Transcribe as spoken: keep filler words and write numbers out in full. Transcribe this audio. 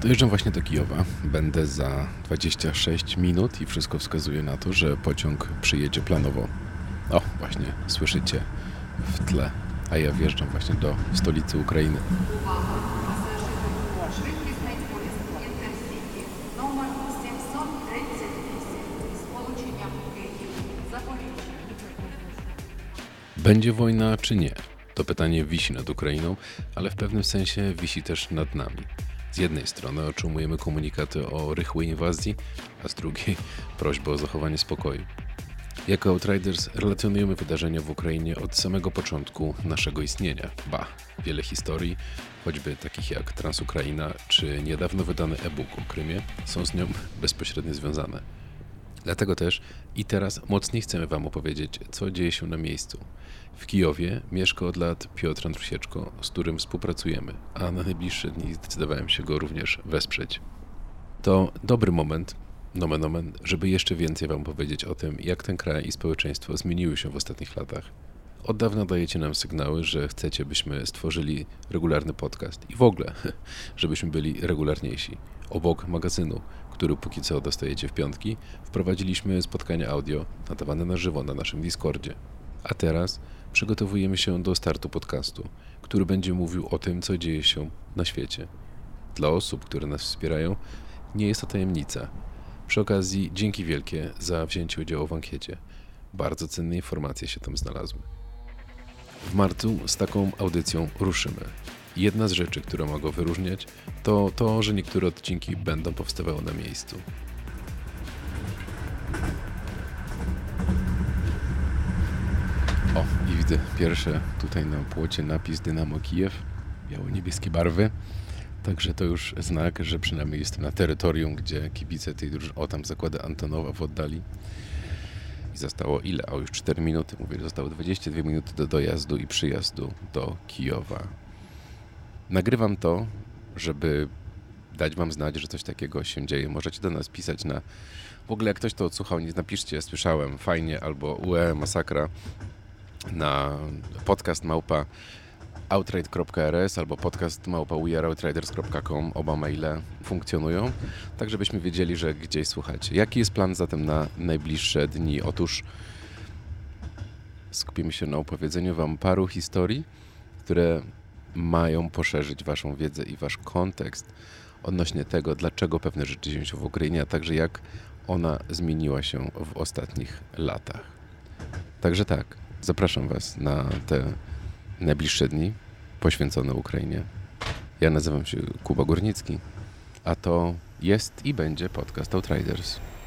Dojeżdżam właśnie do Kijowa. Będę za dwadzieścia sześć minut i wszystko wskazuje na to, że pociąg przyjedzie planowo. O, właśnie słyszycie w tle, a ja wjeżdżam właśnie do stolicy Ukrainy. Będzie wojna czy nie? To pytanie wisi nad Ukrainą, ale w pewnym sensie wisi też nad nami. Z jednej strony otrzymujemy komunikaty o rychłej inwazji, a z drugiej prośbę o zachowanie spokoju. Jako Outriders relacjonujemy wydarzenia w Ukrainie od samego początku naszego istnienia. Ba, wiele historii, choćby takich jak Transukraina czy niedawno wydany e-book o Krymie, są z nią bezpośrednio związane. Dlatego też i teraz mocniej chcemy Wam opowiedzieć, co dzieje się na miejscu. W Kijowie mieszka od lat Piotr Andrusieczko, z którym współpracujemy, a na najbliższe dni zdecydowałem się go również wesprzeć. To dobry moment, nomen omen, żeby jeszcze więcej Wam powiedzieć o tym, jak ten kraj i społeczeństwo zmieniły się w ostatnich latach. Od dawna dajecie nam sygnały, że chcecie, byśmy stworzyli regularny podcast i w ogóle, żebyśmy byli regularniejsi. Obok magazynu, który póki co dostajecie w piątki, wprowadziliśmy spotkania audio nadawane na żywo na naszym Discordzie. A teraz przygotowujemy się do startu podcastu, który będzie mówił o tym, co dzieje się na świecie. Dla osób, które nas wspierają, nie jest to tajemnica. Przy okazji dzięki wielkie za wzięcie udziału w ankiecie. Bardzo cenne informacje się tam znalazły. W marcu z taką audycją ruszymy. Jedna z rzeczy, która ma go wyróżniać, to to, że niektóre odcinki będą powstawały na miejscu. O, i widzę pierwsze tutaj na płocie napis Dynamo Kijew, biało-niebieskie barwy. Także to już znak, że przynajmniej jestem na terytorium, gdzie kibice tej drużyny, o tam zakłada Antonowa w oddali. I zostało ile? O, już cztery minuty, mówię, zostało dwadzieścia dwie minuty do dojazdu i przyjazdu do Kijowa. Nagrywam to, żeby dać Wam znać, że coś takiego się dzieje. Możecie do nas pisać na... W ogóle jak ktoś to odsłuchał, nie napiszcie, słyszałem, fajnie, albo ue, masakra, na podcast małpa outride kropka er es albo podcast małpa we are outriders kropka com. Oba maile funkcjonują, tak żebyśmy wiedzieli, że gdzieś słuchacie. Jaki jest plan zatem na najbliższe dni? Otóż skupimy się na opowiedzeniu Wam paru historii, które mają poszerzyć Waszą wiedzę i Wasz kontekst odnośnie tego, dlaczego pewne rzeczy dzieją się w Ukrainie, a także jak ona zmieniła się w ostatnich latach. Także tak, zapraszam Was na te najbliższe dni poświęcone Ukrainie. Ja nazywam się Kuba Górnicki, a to jest i będzie podcast Outriders.